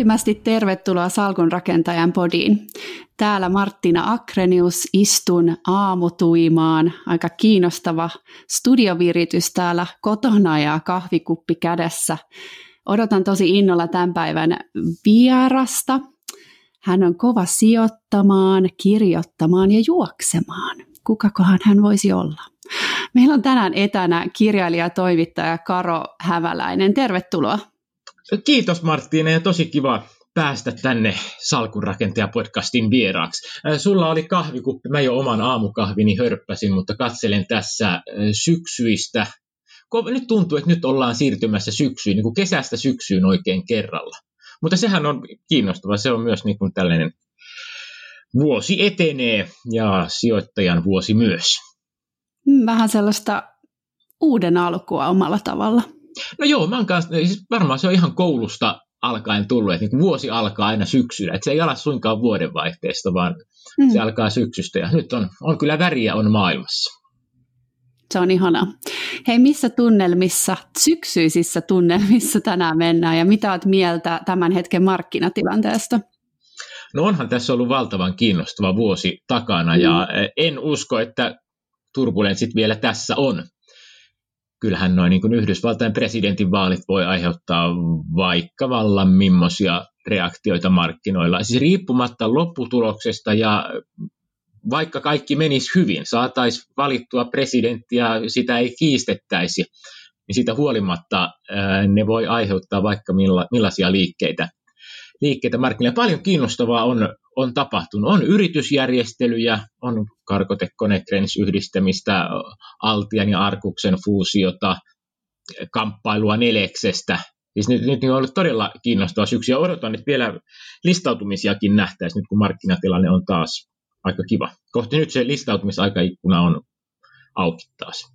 Lämpimästi tervetuloa Salkunrakentajan podiin. Täällä Marttina Akrenius, istun aamutuimaan. Aika kiinnostava studioviritys täällä kotona ja kahvikuppi kädessä. Odotan tosi innolla tämän päivän vierasta. Hän on kova sijoittamaan, kirjoittamaan ja juoksemaan. Kukakohan hän voisi olla? Meillä on tänään etänä kirjailija ja toimittaja Karo Hämäläinen. Tervetuloa. Kiitos Marttina ja tosi kiva päästä tänne Salkunrakentaja-podcastin vieraaksi. Sulla oli kahvikuppi, mä jo oman aamukahvini hörppäsin, mutta katselen tässä syksyistä. Nyt tuntuu, että nyt ollaan siirtymässä syksyyn, niin kuin kesästä syksyyn oikein kerralla. Mutta sehän on kiinnostavaa, se on myös niin kuin tällainen vuosi etenee ja sijoittajan vuosi myös. Vähän sellaista uuden alkua omalla tavalla. No joo, mä oon kanssa, siis varmaan se on ihan koulusta alkaen tullut, että niin vuosi alkaa aina syksyllä, että se ei ala suinkaan vuodenvaihteesta, vaan se alkaa syksystä ja nyt on kyllä väriä on maailmassa. Se on ihanaa. Hei, missä tunnelmissa, syksyisissä tunnelmissa tänään mennään ja mitä olet mieltä tämän hetken markkinatilanteesta? No onhan tässä ollut valtavan kiinnostava vuosi takana ja en usko, että turbulenssit vielä tässä on. Kyllähän noin niin kuin Yhdysvaltain presidentinvaalit voi aiheuttaa vaikka vallan mimmoisia reaktioita markkinoilla. Siis riippumatta lopputuloksesta ja vaikka kaikki menisi hyvin, saataisiin valittua presidenttiä, sitä ei kiistettäisi, niin siitä huolimatta ne voi aiheuttaa vaikka millaisia liikkeitä markkinoilla. Paljon kiinnostavaa on tapahtunut. On yritysjärjestelyjä, on Cargotec Konecranes-yhdistämistä, Altian ja Arkuksen fuusiota, kamppailua Neleksestä. Siis nyt on ollut todella kiinnostava syksy ja odotan, että vielä listautumisiakin nähtäisiin nyt, kun markkinatilanne on taas aika kiva. Kohti nyt se listautumisaikaikkuna on auki taas.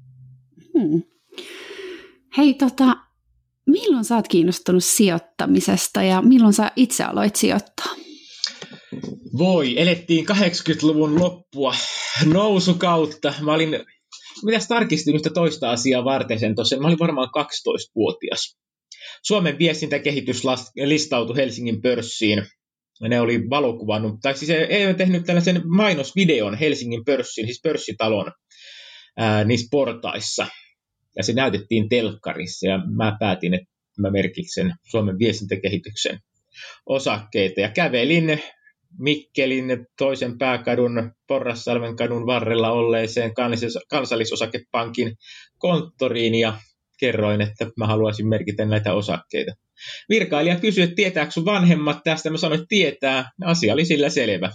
Hei, milloin sä oot kiinnostunut sijoittamisesta ja milloin sä itse aloit sijoittaa? Elettiin 80-luvun loppua nousukautta. Mitäs tarkistin yhtä toista asiaa varten sen tuossa. Mä olin varmaan 12-vuotias. Suomen viestintäkehitys listautui Helsingin pörssiin. Ne oli valokuvannut, tai siis ei tehnyt tällaisen mainosvideon Helsingin pörssiin, siis pörssitalon niissä portaissa. Ja se näytettiin telkkarissa ja mä päätin, että mä merkitsen Suomen viestintäkehityksen osakkeita. Ja kävelin Mikkelin toisen pääkadun, Porrassalmen kadun varrella olleeseen Kansallisosakepankin konttoriin ja kerroin, että mä haluaisin merkitä näitä osakkeita. Virkailija kysyi, että tietääkö sun vanhemmat tästä? Mä sanoin, että tietää. Asia oli sillä selvä.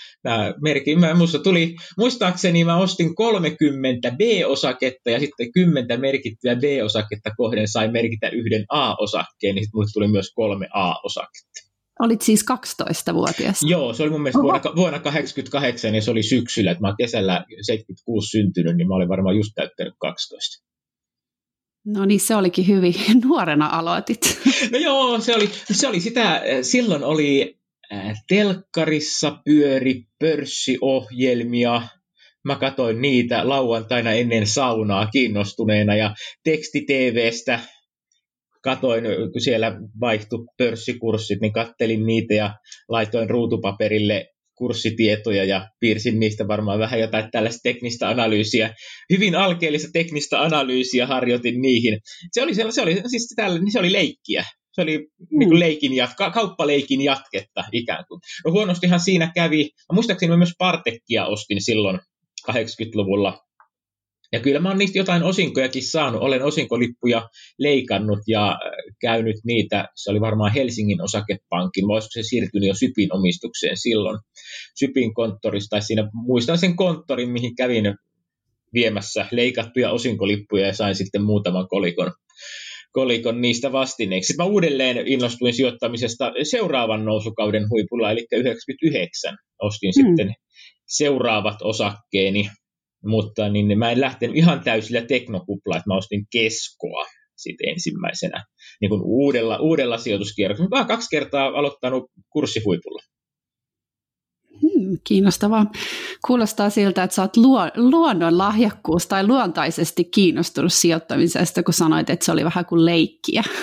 Muistaakseni mä ostin 30 B-osaketta ja sitten 10 merkittyä B-osaketta kohden sai merkitä yhden A-osakkeen, niin sitten mulle tuli myös 3 A-osaketta. Olit siis 12-vuotias? Joo, se oli mun mielestä vuonna 1988 ja se oli syksyllä, että mä oon kesällä 76 syntynyt, niin mä olin varmaan just täyttänyt 12. No niin, se olikin hyvin. Nuorena aloitit. No joo, se oli sitä, silloin oli telkkarissa pyöri pörssiohjelmia. Mä katsoin niitä lauantaina ennen saunaa kiinnostuneena ja teksti-TV:stä katoin, kun siellä vaihtui pörssikurssit, niin kattelin niitä ja laitoin ruutupaperille kurssitietoja ja piirsin niistä varmaan vähän jotain tällaista teknistä analyysiä. Hyvin alkeellista teknistä analyysiä harjoitin niihin. Se oli leikkiä. Se oli niin kuin kauppaleikin jatketta ikään kuin. No huonostihan siinä kävi. Muistaakseni mä myös Partekkia ostin silloin 80-luvulla. Ja kyllä mä oon niistä jotain osinkojakin saanut. Olen osinkolippuja leikannut ja käynyt niitä. Se oli varmaan Helsingin osakepankin. Vai olisiko se siirtynyt jo Sypin omistukseen silloin? Sypin konttorista, tai siinä muistan sen konttorin, mihin kävin viemässä leikattuja osinkolippuja ja sain sitten muutaman kolikon niistä vastineeksi. Sitten mä uudelleen innostuin sijoittamisesta seuraavan nousukauden huipulla, eli 99 ostin sitten seuraavat osakkeeni, mutta niin mä en lähtenyt ihan täysillä teknokuplaan, että mä ostin Keskoa sitten ensimmäisenä niin kuin uudella sijoituskierroksella. Mä oon 2 kertaa aloittanut kurssihuipulla. Kiinnostavaa. Kuulostaa siltä, että sä oot luonnon lahjakkuus tai luontaisesti kiinnostunut sijoittamisesta, kun sanoit, että se oli vähän kuin leikkiä.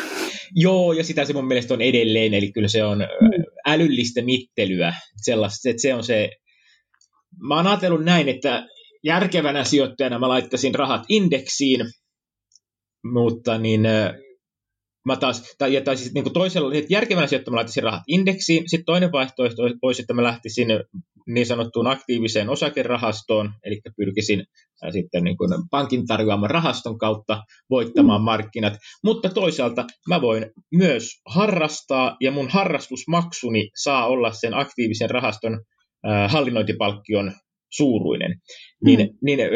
Joo, ja sitä se mun mielestä on edelleen, eli kyllä se on älyllistä mittelyä, sellaista, että se on se, mä oon ajatellut näin, että järkevänä sijoittajana mä laittaisin rahat indeksiin, mutta niin mä taas, tai siis niin kuin toisella, että järkevänä sijoittajana mä laittaisin rahat indeksiin, sitten toinen vaihtoehto olisi, että mä lähtisin niin sanottuun aktiiviseen osakerahastoon, eli pyrkisin sitten niin kuin pankin tarjoaman rahaston kautta voittamaan markkinat, mutta toisaalta mä voin myös harrastaa, ja mun harrastusmaksuni saa olla sen aktiivisen rahaston hallinnointipalkkion suuruinen, niin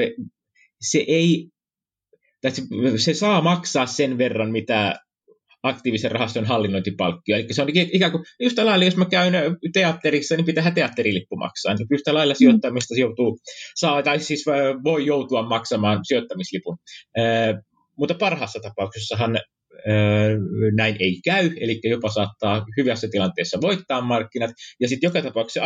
se saa maksaa sen verran, mitä aktiivisen rahaston hallinnointipalkkio. Eli se on ikään kuin yhtä lailla, jos mä käyn teatterissa, niin pitää teatterilippu maksaa. Niin yhtä lailla sijoittamista voi joutua maksamaan sijoittamislipun. Mutta parhaassa tapauksessahan näin ei käy, eli jopa saattaa hyvässä tilanteessa voittaa markkinat, ja sitten joka tapauksessa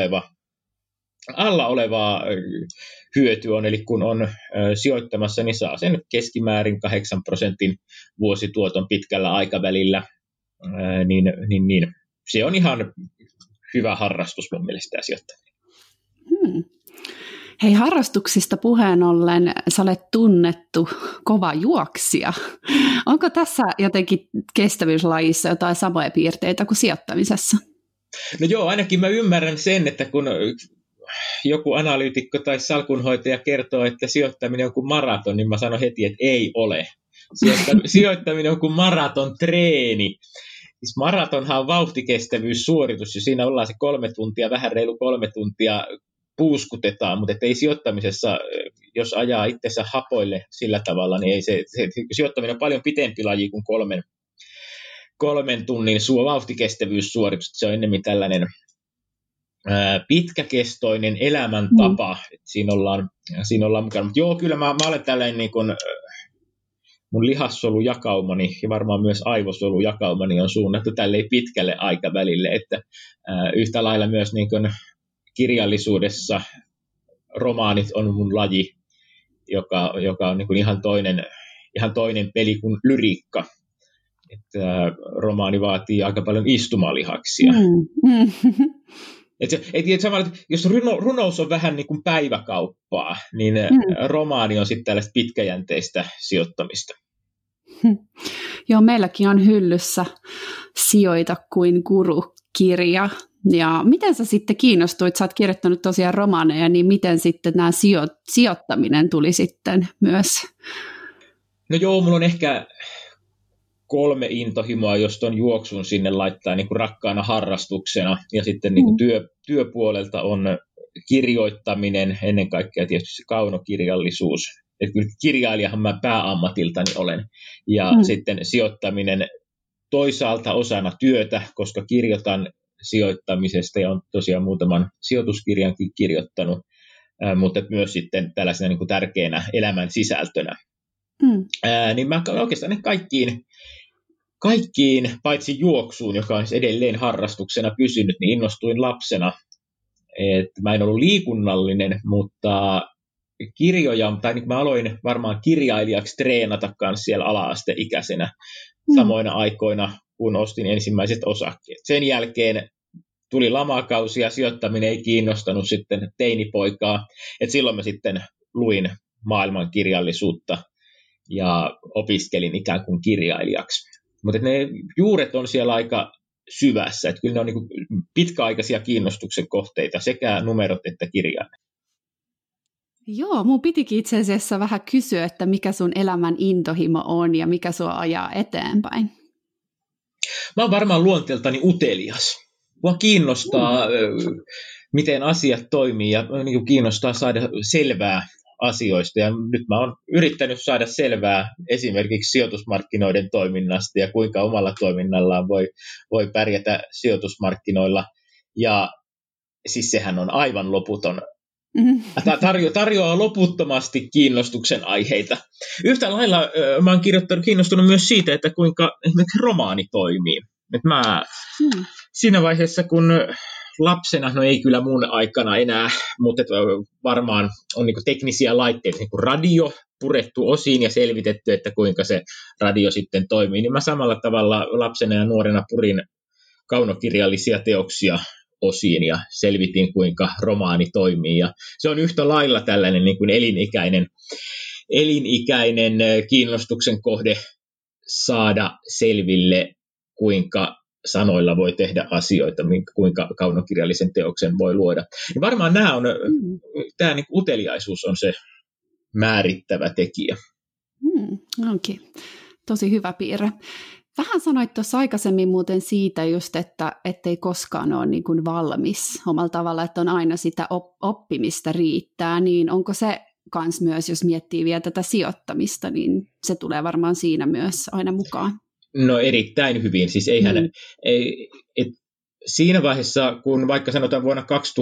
alla oleva hyöty on, eli kun on sijoittamassa, niin saa sen keskimäärin 8% vuosituoton pitkällä aikavälillä, niin se on ihan hyvä harrastus mun mielestä tämä sijoittaminen. Hei, harrastuksista puheen ollen, sä olet tunnettu kova juoksija. Onko tässä jotenkin kestävyyslajissa jotain samoja piirteitä kuin sijoittamisessa? No joo, ainakin mä ymmärrän sen, että kun joku analyytikko tai salkunhoitaja kertoo, että sijoittaminen on kuin maraton, niin mä sanon heti, että ei ole. Sijoittaminen on kuin maraton treeni. Siis maratonhan on vauhtikestävyyssuoritus, ja siinä ollaan se 3 tuntia, vähän reilu 3 tuntia puuskutetaan, mutta ei sijoittamisessa, jos ajaa itsensä hapoille sillä tavalla, niin ei se sijoittaminen on paljon pitempi laji kuin 3 tunnin vauhtikestävyyssuoritus. Se on ennemmin tällainen pitkäkestoinen elämäntapa. Siinä ollaan mukana. Mutta joo, kyllä mä olen tällainen niin kuin, mun lihassolujakaummani ja varmaan myös aivosolujakaummani on suunnattu tälleen pitkälle aikavälille, että yhtä lailla myös niin kuin kirjallisuudessa romaanit on mun laji, joka on niin kuin ihan toinen peli kuin lyriikka. Että romaani vaatii aika paljon istumalihaksia. Jos runous on vähän niin kuin päiväkauppaa, niin romaani on sitten tällaista pitkäjänteistä sijoittamista. Joo, meilläkin on hyllyssä Sijoita kuin guru-kirja. Ja miten sä sitten kiinnostuit? Sä oot kirjoittanut tosiaan romaaneja, niin miten sitten nämä sijoittaminen tuli sitten myös? No joo, mulla on ehkä 3 intohimoa, jos ton juoksun sinne laittaa niin kuin rakkaana harrastuksena. Ja sitten niin kuin työpuolelta on kirjoittaminen, ennen kaikkea tietysti se kaunokirjallisuus. Että kyllä kirjailijahan mä pääammatiltani olen. Ja sitten sijoittaminen toisaalta osana työtä, koska kirjoitan sijoittamisesta ja on tosiaan muutaman sijoituskirjankin kirjoittanut, mutta myös sitten tällaisena niin kuin tärkeänä elämän sisältönä. Niin mä oikeastaan ne kaikkiin, paitsi juoksuun, joka on edelleen harrastuksena pysynyt, niin innostuin lapsena. Että mä en ollut liikunnallinen, mutta kirjoja, tai niin mä aloin varmaan kirjailijaksi treenata kanssa siellä ala-asteikäisenä samoina aikoina, kun ostin ensimmäiset osakkeet. Sen jälkeen tuli lamakausi ja sijoittaminen ei kiinnostanut sitten teinipoikaa. Et silloin mä sitten luin maailman kirjallisuutta ja opiskelin ikään kuin kirjailijaksi. Mutta ne juuret on siellä aika syvässä, että kyllä ne on niin pitkäaikaisia kiinnostuksen kohteita, sekä numerot että kirjaimet. Joo, mun pitikin itse asiassa vähän kysyä, että mikä sun elämän intohimo on ja mikä sua ajaa eteenpäin. Mä oon varmaan luonteeltani utelias. Mua kiinnostaa, miten asiat toimii ja niin kiinnostaa saada selvää asioista. Ja nyt mä oon yrittänyt saada selvää esimerkiksi sijoitusmarkkinoiden toiminnasta ja kuinka omalla toiminnallaan voi pärjätä sijoitusmarkkinoilla. Ja siis sehän on aivan loputon. Tarjoaa loputtomasti kiinnostuksen aiheita. Yhtä lailla mä oon kiinnostunut myös siitä, että kuinka esimerkiksi romaani toimii. Siinä vaiheessa, kun lapsena, no ei kyllä mun aikana enää, mutta varmaan on niin teknisiä laitteita, niin kuin radio purettu osiin ja selvitetty, että kuinka se radio sitten toimii, niin mä samalla tavalla lapsena ja nuorena purin kaunokirjallisia teoksia osiin ja selvitin, kuinka romaani toimii. Ja se on yhtä lailla tällainen niin kuin elinikäinen kiinnostuksen kohde saada selville, kuinka sanoilla voi tehdä asioita, kuinka kaunokirjallisen teoksen voi luoda. Ja varmaan tämä niin kuin uteliaisuus on se määrittävä tekijä. Onkin tosi hyvä piirre. Vähän sanoit tuossa aikaisemmin muuten siitä just, että ei koskaan ole niin kuin valmis omalla tavalla, että on aina sitä oppimista riittää, niin onko se kans myös, jos miettii vielä tätä sijoittamista, niin se tulee varmaan siinä myös aina mukaan? No erittäin hyvin, siis siinä vaiheessa, kun vaikka sanotaan vuonna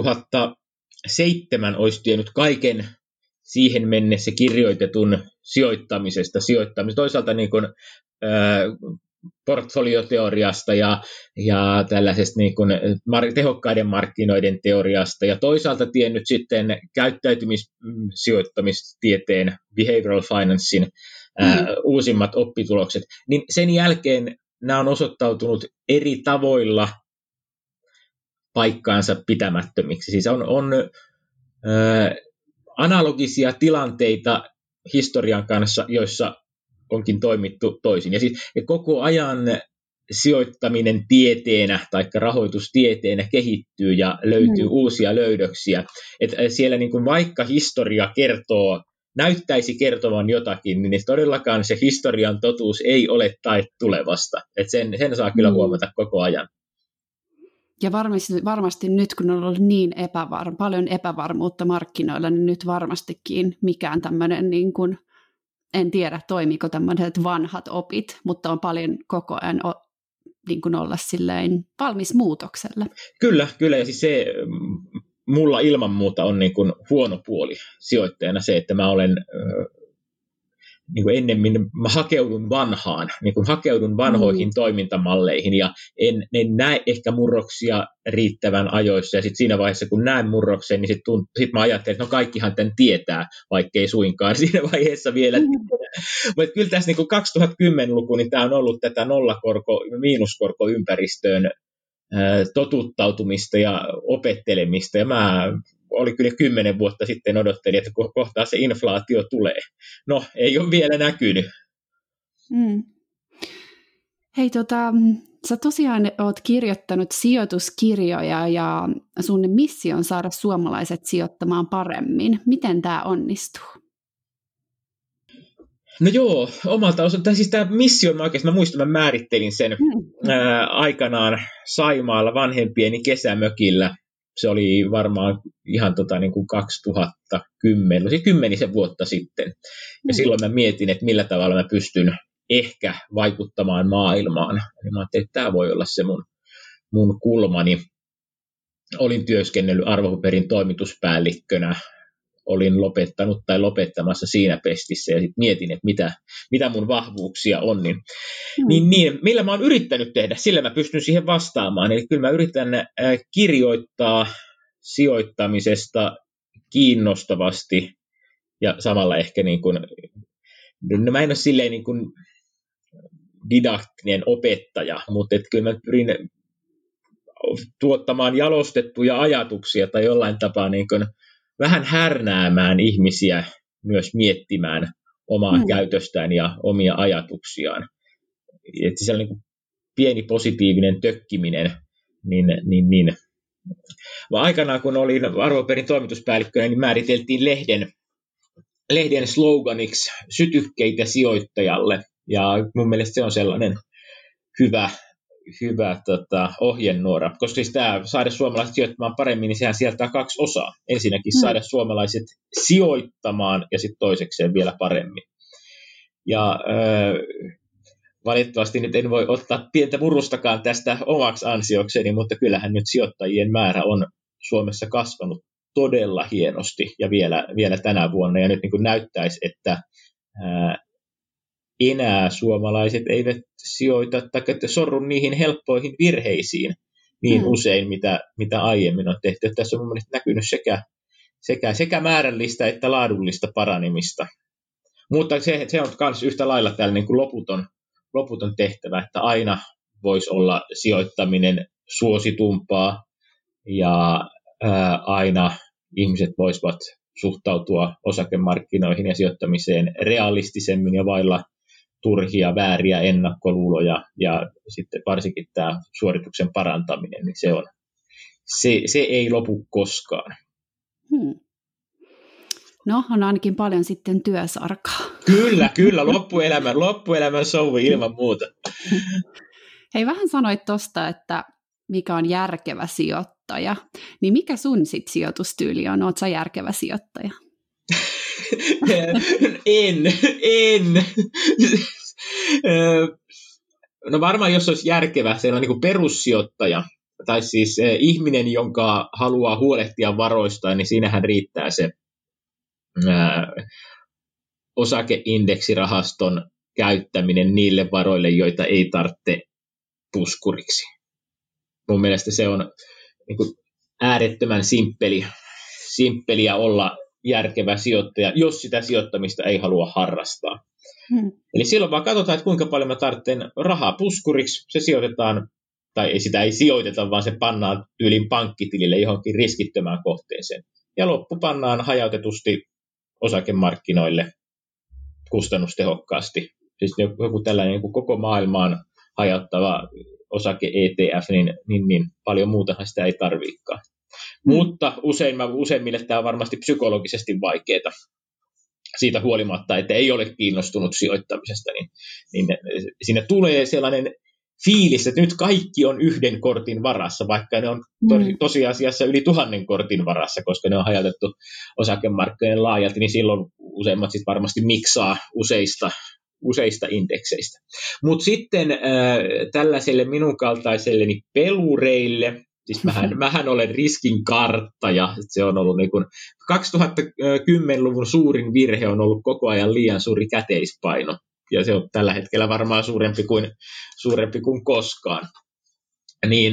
2007 olisi tiennyt kaiken siihen mennessä kirjoitetun sijoittamisesta, toisaalta niin kuin, portfolioteoriasta ja tällaisesta niin kuin tehokkaiden markkinoiden teoriasta ja toisaalta tiennyt sitten käyttäytymissijoittamistieteen behavioral financein uusimmat oppitulokset, niin sen jälkeen nämä on osoittautunut eri tavoilla paikkaansa pitämättömiksi. Siis on analogisia tilanteita historian kanssa, joissa onkin toimittu toisin. Ja siis koko ajan sijoittaminen tieteenä tai rahoitustieteenä kehittyy ja löytyy uusia löydöksiä. Että siellä niin kuin vaikka historia näyttäisi kertovan jotakin, niin todellakaan se historian totuus ei ole tae tulevasta. Että sen saa kyllä huomata koko ajan. Ja varmasti nyt, kun on ollut niin paljon epävarmuutta markkinoilla, niin nyt varmastikin mikään tämmöinen, niin kuin, en tiedä toimiko tämmöiset vanhat opit, mutta on paljon koko ajan niin kuin olla silleen valmis muutokselle. Kyllä, ja siis se mulla ilman muuta on niin kuin huono puoli sijoittajana se, että mä olen niin kuin ennemmin mä hakeudun vanhoihin toimintamalleihin ja en näe ehkä murroksia riittävän ajoissa. Ja sitten siinä vaiheessa, kun näen murroksen, niin sit mä ajattelen, että no kaikkihan tämän tietää, vaikkei suinkaan siinä vaiheessa vielä tiedä. Mutta kyllä tässä niin kuin 2010-luku, niin tämä on ollut tätä miinuskorkoympäristöön totuttautumista ja opettelemista. Ja mä oli kyllä 10 vuotta sitten odottelin, että kohtaa se inflaatio tulee. No, ei ole vielä näkynyt. Hei, sä tosiaan oot kirjoittanut sijoituskirjoja ja sun missio on saada suomalaiset sijoittamaan paremmin. Miten tämä onnistuu? No joo, omalta osalta, siis tämä missio, mä muistan, mä määrittelin sen aikanaan Saimaalla vanhempieni kesämökillä. Se oli varmaan ihan niin kuin 2010, siis 10 vuotta sitten. Ja silloin mä mietin, että millä tavalla mä pystyn ehkä vaikuttamaan maailmaan. Ja mä ajattelin, että tämä voi olla se mun kulmani. Olin työskennellyt arvopaperin toimituspäällikkönä. Olin lopettamassa siinä pestissä ja sitten mietin, että mitä mun vahvuuksia on. Niin, millä mä oon yrittänyt tehdä, sillä mä pystyn siihen vastaamaan. Eli kyllä mä yritän kirjoittaa sijoittamisesta kiinnostavasti ja samalla ehkä niin kuin, no mä en ole silleen niin kuin didaktinen opettaja, mutta että kyllä mä pyrin tuottamaan jalostettuja ajatuksia tai jollain tapaa niin kuin vähän härnäämään ihmisiä myös miettimään omaa käytöstään ja omia ajatuksiaan. Että siellä on niin pieni positiivinen tökkiminen, niin. Aikanaan kun olin arvopaperin toimituspäällikkönä, niin määriteltiin lehden sloganiksi sytykkeitä sijoittajalle. Ja mun mielestä se on sellainen hyvä ohjenuora, koska siis tämä saada suomalaiset sijoittamaan paremmin, niin sehän sieltää 2 osaa. Ensinnäkin saada suomalaiset sijoittamaan ja sitten toisekseen vielä paremmin. Ja valitettavasti nyt en voi ottaa pientä murustakaan tästä omaksi ansiokseni, mutta kyllähän nyt sijoittajien määrä on Suomessa kasvanut todella hienosti ja vielä tänä vuonna. Ja nyt niin kuin näyttäisi, että enää suomalaiset eivät sijoita tai sorru niihin helppoihin virheisiin niin usein, mitä aiemmin on tehty. Tässä on mun mielestä näkynyt sekä määrällistä että laadullista paranemista Mutta se on myös yhtä lailla täällä niin kuin loputon tehtävä, että aina voisi olla sijoittaminen suositumpaa ja aina ihmiset voisivat suhtautua osakemarkkinoihin ja sijoittamiseen realistisemmin ja vailla turhia vääriä ennakkoluuloja, ja sitten varsinkin tämä suorituksen parantaminen, niin se ei lopu koskaan. No, on ainakin paljon sitten työsarkaa. Kyllä, loppuelämän souvi ilman muuta. Hei, vähän sanoit tuosta, että mikä on järkevä sijoittaja, niin mikä sun sit sijoitustyyli on? Oot sä järkevä sijoittaja? En. No varmaan jos olisi järkevä, se on niin kuin perussijoittaja, tai siis ihminen, jonka haluaa huolehtia varoistaan, niin siinähän riittää se osakeindeksirahaston käyttäminen niille varoille, joita ei tarvitse puskuriksi. Mun mielestä se on niin kuin äärettömän simppeliä olla järkevä sijoittaja, jos sitä sijoittamista ei halua harrastaa. Eli silloin vaan katsotaan, että kuinka paljon mä tarvitsen rahaa puskuriksi, se sijoitetaan, tai sitä ei sijoiteta, vaan se pannaan tyylin pankkitilille johonkin riskittömään kohteeseen. Ja loppu pannaan hajautetusti osakemarkkinoille kustannustehokkaasti. Siis joku tällainen niin kuin koko maailmaan hajauttava osake-ETF, niin paljon muutahan sitä ei tarvitsekaan. Mutta useimmille tämä on varmasti psykologisesti vaikeaa. Siitä huolimatta, että ei ole kiinnostunut sijoittamisesta, niin siinä tulee sellainen fiilis, että nyt kaikki on yhden kortin varassa, vaikka ne on tosiasiassa yli 1000 kortin varassa, koska ne on hajautettu osakemarkkinoiden laajalti, niin silloin useimmat sit varmasti miksaa useista indekseistä. Mutta sitten tällaiselle minun kaltaiselleni pelureille, siis mähän olen riskin karttaja, se on ollut niin kuin 2010-luvun suurin virhe on ollut koko ajan liian suuri käteispaino, ja se on tällä hetkellä varmaan suurempi kuin koskaan. Niin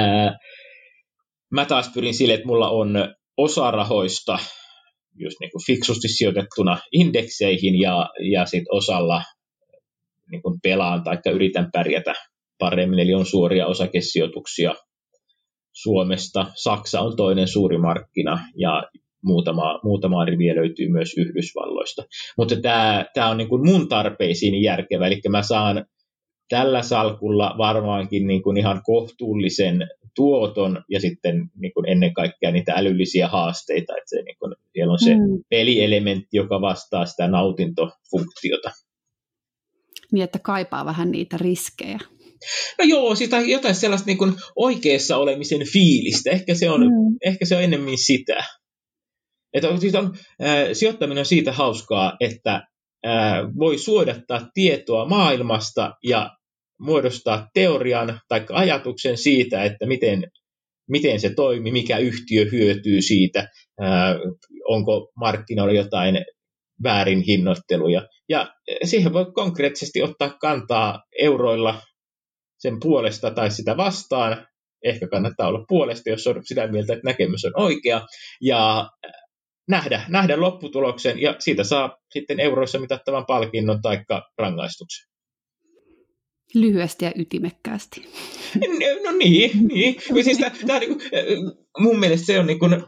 mä taas pyrin sille, että mulla on osa rahoista just niin kuin fiksusti sijoitettuna indekseihin ja sit osalla niin kuin pelaan tai yritän pärjätä paremmin, eli on suoria osakesijoituksia Suomesta. Saksa on toinen suuri markkina ja muutama riviä löytyy myös Yhdysvalloista. Mutta tämä on niin kuin mun tarpeisiin järkevä, eli mä saan tällä salkulla varmaankin niin kuin ihan kohtuullisen tuoton ja sitten niin kuin ennen kaikkea niitä älyllisiä haasteita, että se, niin kuin, siellä on se pelielementti, joka vastaa sitä nautintofunktiota. Niin, että kaipaa vähän niitä riskejä. No joo, sitä jotain sellaista niin kuin oikeassa olemisen fiilistä. Ehkä se on ennemmin sitä. Että sijoittaminen on siitä hauskaa, että voi suodattaa tietoa maailmasta ja muodostaa teorian tai ajatuksen siitä, että miten se toimii, mikä yhtiö hyötyy siitä, onko markkinoilla jotain väärin hinnoitteluja. Ja siihen voi konkreettisesti ottaa kantaa euroilla sen puolesta tai sitä vastaan. Ehkä kannattaa olla puolesta, jos on sitä mieltä, että näkemys on oikea. Ja nähdä lopputuloksen, ja siitä saa sitten euroissa mitattavan palkinnon tai rangaistuksen. Lyhyesti ja ytimekkäästi. No niin. Siis mun mielestä se on niin kuin,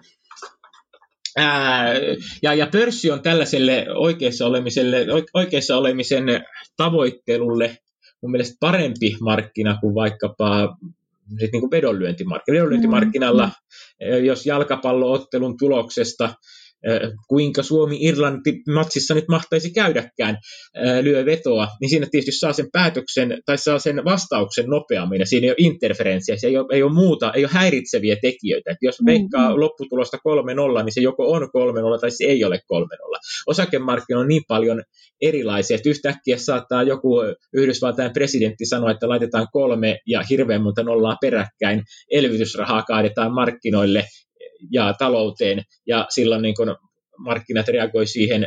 ja pörssi on tällaiselle oikeassa olemisen tavoittelulle mun mielestä parempi markkina kuin vaikkapa niin kuin vedonlyöntimarkkina. Vedonlyöntimarkkinalla, jos jalkapalloottelun tuloksesta, kuinka Suomi-Irlanti-matsissa nyt mahtaisi käydäkään, lyö vetoa, niin siinä tietysti saa sen päätöksen tai saa sen vastauksen nopeammin, ja siinä ei ole interferenssiä, ei ole häiritseviä tekijöitä. Että jos veikkaa lopputulosta 3-0, niin se joko on 3-0 tai se ei ole 3-0. Osakemarkkina on niin paljon erilaisia, että yhtäkkiä saattaa joku Yhdysvaltain presidentti sanoa, että laitetaan 3 ja hirveän monta nollaa peräkkäin, elvytysrahaa kaadetaan markkinoille ja talouteen, ja silloin niin kun markkinat reagoi siihen,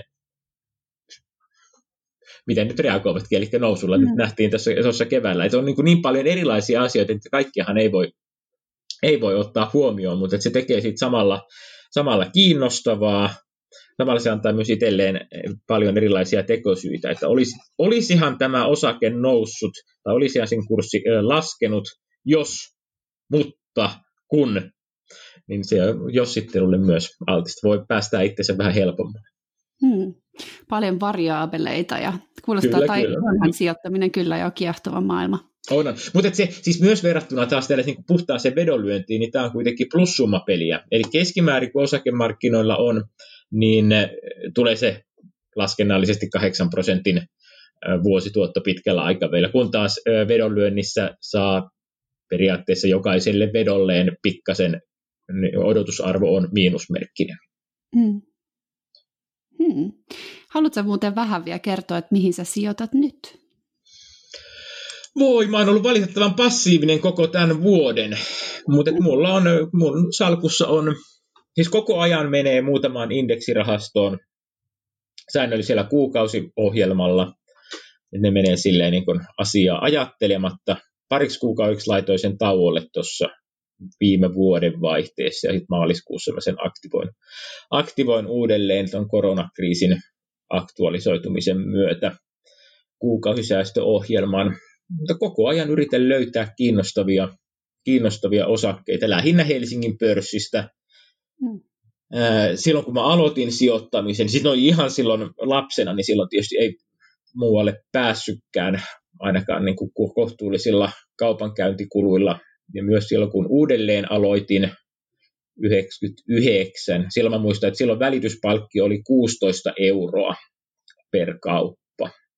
miten nyt reagoivatkin, eli nousulla nyt nähtiin tuossa keväällä. Että on niin paljon erilaisia asioita, että kaikkiahan ei voi ottaa huomioon, mutta se tekee siitä samalla kiinnostavaa. samalla se antaa myös itselleen paljon erilaisia tekosyitä, että olisihan tämä osake noussut, tai olisihan sen kurssi laskenut, jos, mutta, kun, niin se jossittelulle myös altista. Voi päästää itsensä vähän helpommin. Paljon variaabeleita ja kuulostaa, tai onhan sijoittaminen kyllä jo kiehtova maailma. On. Mutta se siis myös verrattuna taas tällaisen niin puhtaaseen vedonlyöntiin, niin tämä on kuitenkin plussummapeliä. Eli keskimäärin, kun osakemarkkinoilla on, niin tulee se laskennallisesti 8% vuosituotto pitkällä aikavälillä, kun taas vedonlyönnissä saa periaatteessa jokaiselle vedolleen pikkasen odotusarvo on miinusmerkkinen. Haluatko muuten vähän vielä kertoa, että mihin sä sijoitat nyt? Mä oon ollut valitettavan passiivinen koko tämän vuoden, mutta mun salkussa on, siis koko ajan menee muutamaan indeksirahastoon säännöllisellä kuukausiohjelmalla. Ne menee silleen niin kuin asiaa ajattelematta. Pariksi kuukaudeksi laitoin sen tauolle tuossa viime vuoden vaihteessa ja sitten maaliskuussa mä sen aktivoin uudelleen tuon koronakriisin aktualisoitumisen myötä kuukausisäästöohjelman. Mutta koko ajan yritän löytää kiinnostavia osakkeita, lähinnä Helsingin pörssistä. Silloin kun mä aloitin sijoittamisen, ihan silloin lapsena, niin silloin tietysti ei muualle päässytkään, ainakaan niin kuin kohtuullisilla kaupankäyntikuluilla. Ja myös silloin kun uudelleen aloitin 99, silloin mä muistan, että silloin välityspalkki oli 16 € per kauppa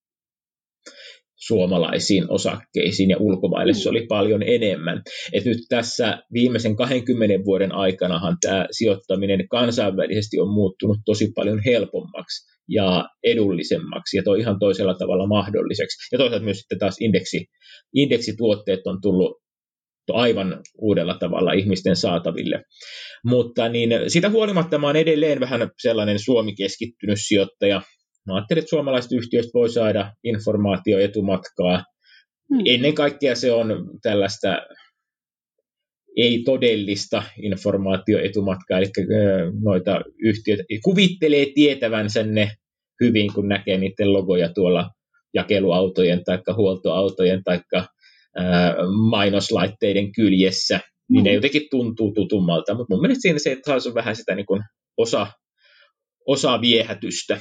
suomalaisiin osakkeisiin, ja ulkomaille se oli paljon enemmän. Et nyt tässä viimeisen 20 vuoden aikanahan tämä sijoittaminen kansainvälisesti on muuttunut tosi paljon helpommaksi ja edullisemmaksi, ja toi ihan toisella tavalla mahdolliseksi. Ja toisaalta myös sitten taas indeksituotteet on tullut aivan uudella tavalla ihmisten saataville. Mutta niin, sitä huolimatta mä oon edelleen vähän sellainen Suomi-keskittynyt sijoittaja. Mä ajattelin, että suomalaiset yhtiöistä voi saada informaatioetumatkaa. Ennen kaikkea se on tällaista ei-todellista informaatioetumatkaa, eli noita yhtiöitä kuvittelee tietävänsä ne hyvin, kun näkee niiden logoja tuolla jakeluautojen tai huoltoautojen tai mainoslaitteiden kyljessä, niin ne jotenkin tuntuu tutummalta, mutta mun mielestä siinä se, että on vähän sitä niin kuin osa viehätystä.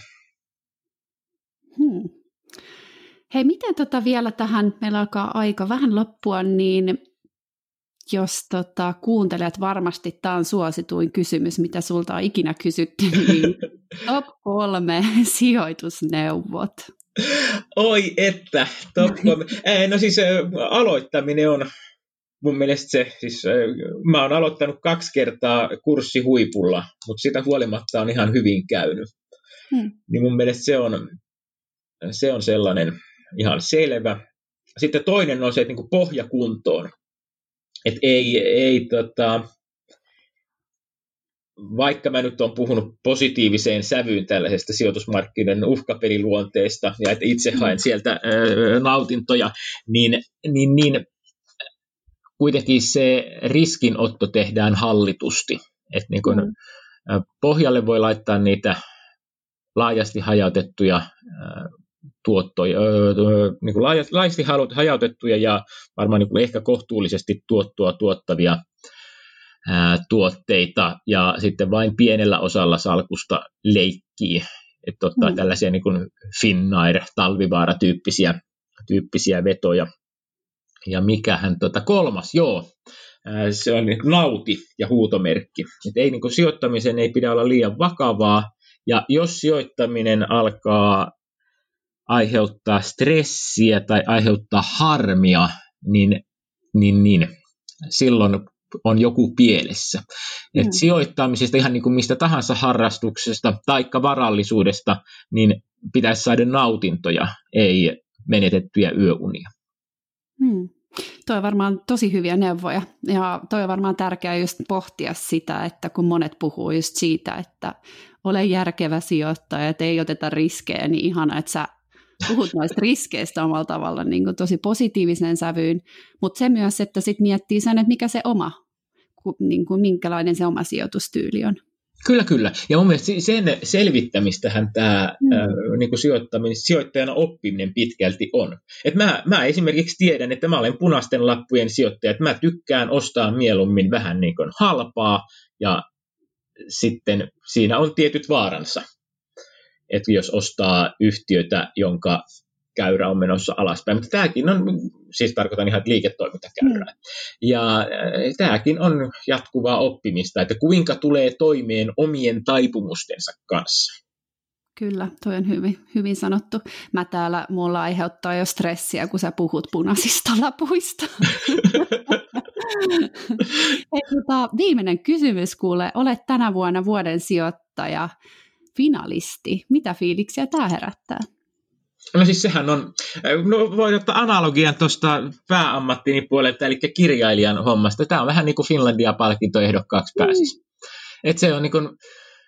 Hei, miten vielä tähän, meillä alkaa aika vähän loppua, niin jos kuuntelijat, varmasti tämä on suosituin kysymys, mitä sulta on ikinä kysytty, niin top 3 sijoitusneuvot. Oi että, top 3. No siis aloittaminen on mun mielestä se, siis mä oon aloittanut 2 kertaa kurssihuipulla, mutta sitä huolimatta on ihan hyvin käynyt. Niin mun mielestä se on sellainen ihan selvä. Sitten toinen on se, että niin kuin pohjakuntoon. Että vaikka mä nyt olen puhunut positiiviseen sävyyn tällaisesta sijoitusmarkkinoiden uhkapeliluonteesta ja että itse haen sieltä nautintoja, niin kuitenkin se riskinotto tehdään hallitusti. Että niin kuin pohjalle voi laittaa niitä laajasti hajautettuja tuottoja, niin kuin laajasti hajautettuja ja varmaan niin kuin ehkä kohtuullisesti tuottoa tuottavia tuotteita, ja sitten vain pienellä osalla salkusta leikkii, että ottaa tällaisia niin kuin Finnair, Talvivaara-tyyppisiä vetoja. Ja mikähän kolmas, se on nauti ja huutomerkki. Et ei, niin kuin sijoittamisen ei pidä olla liian vakavaa, ja jos sijoittaminen alkaa aiheuttaa stressiä tai aiheuttaa harmia, niin silloin on joku pielessä. Et sijoittamisesta, ihan niin kuin mistä tahansa harrastuksesta tai varallisuudesta, niin pitäisi saada nautintoja, ei menetettyjä yöunia. Toi on varmaan tosi hyviä neuvoja, ja toi on varmaan tärkeää just pohtia sitä, että kun monet puhuu just siitä, että ole järkevä sijoittaja, että ei oteta riskejä, niin ihana, että sä puhut noista riskeistä omalla tavalla niin kuin tosi positiivisen sävyyn, mutta se myös, että sit miettii sen, että mikä se oma, niin kuin minkälainen se oma sijoitustyyli on. Kyllä. Ja mun mielestä sen selvittämistähän tämä niin kuin sijoittajana oppiminen pitkälti on. Et mä esimerkiksi tiedän, että mä olen punaisten lappujen sijoittaja, että mä tykkään ostaa mieluummin vähän niin kuin halpaa, ja sitten siinä on tietyt vaaransa. Että jos ostaa yhtiötä, jonka käyrä on menossa alaspäin, mutta tämäkin on, siis tarkoitan ihan liiketoimintakäyrää. Ja tämäkin on jatkuvaa oppimista, että kuinka tulee toimeen omien taipumustensa kanssa. Kyllä, toi on hyvin sanottu. Mulla aiheuttaa jo stressiä, kun sä puhut punaisista lapuista. Viimeinen kysymys, kuule. Olet tänä vuonna vuoden sijoittaja, finalisti. Mitä fiiliksiä tämä herättää? No siis sehän on, voin ottaa analogian tuosta pääammattini puolelta, eli kirjailijan hommasta. Tämä on vähän niin kuin Finlandia-palkintoehdokkaaksi pääsisi. Että se on niin kuin,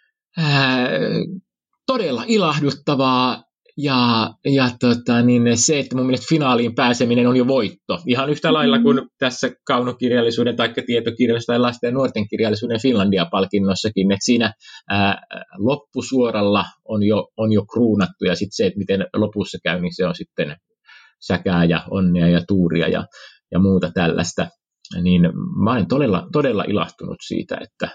todella ilahduttavaa, ja se, että mun mielestä finaaliin pääseminen on jo voitto. Ihan yhtä lailla kuin tässä kaunokirjallisuuden tai tietokirjallisuuden tai lasten ja nuorten kirjallisuuden Finlandia-palkinnossakin, että siinä loppusuoralla on jo kruunattu, ja sitten se, että miten lopussa käy, niin se on sitten säkää ja onnea ja tuuria ja muuta tällaista. Niin mä olen todella ilahtunut siitä, että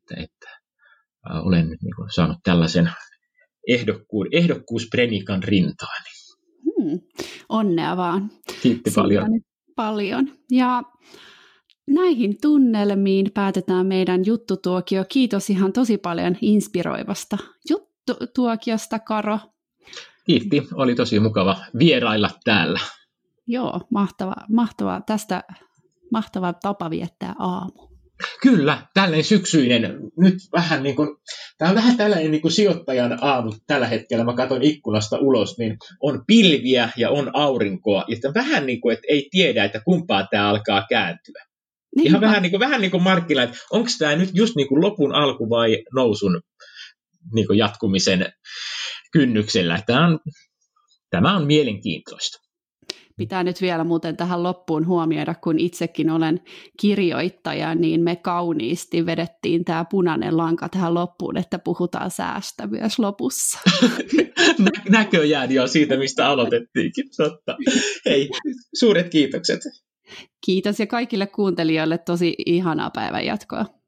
olen niin kuin saanut tällaisen ehdokkuusprenikan rintaani. Onnea vaan. Kiitti paljon. Ja näihin tunnelmiin päätetään meidän juttutuokio. Kiitos ihan tosi paljon inspiroivasta juttutuokiosta, Karo. Kiitti, oli tosi mukava vierailla täällä. Joo, mahtava. Tästä mahtava tapa viettää aamu. Kyllä, tällainen syksyinen, nyt vähän niin kuin, tämä on vähän tällainen niin kuin sijoittajan aamu tällä hetkellä, mä katson ikkunasta ulos, niin on pilviä ja on aurinkoa, ja vähän niin kuin, että ei tiedä, että kumpaa tämä alkaa kääntyä. Niinpä. Ihan vähän niin kuin markkilla, että onko tämä nyt just niin kuin lopun alku vai nousun niin kuin jatkumisen kynnyksellä. Tämä on mielenkiintoista. Pitää nyt vielä muuten tähän loppuun huomioida, kun itsekin olen kirjoittaja, niin me kauniisti vedettiin tämä punainen lanka tähän loppuun, että puhutaan säästä myös lopussa. Näköjään jo siitä, mistä aloitettiinkin. Totta. Hei, suuret kiitokset. Kiitos ja kaikille kuuntelijoille tosi ihanaa päivän jatkoa.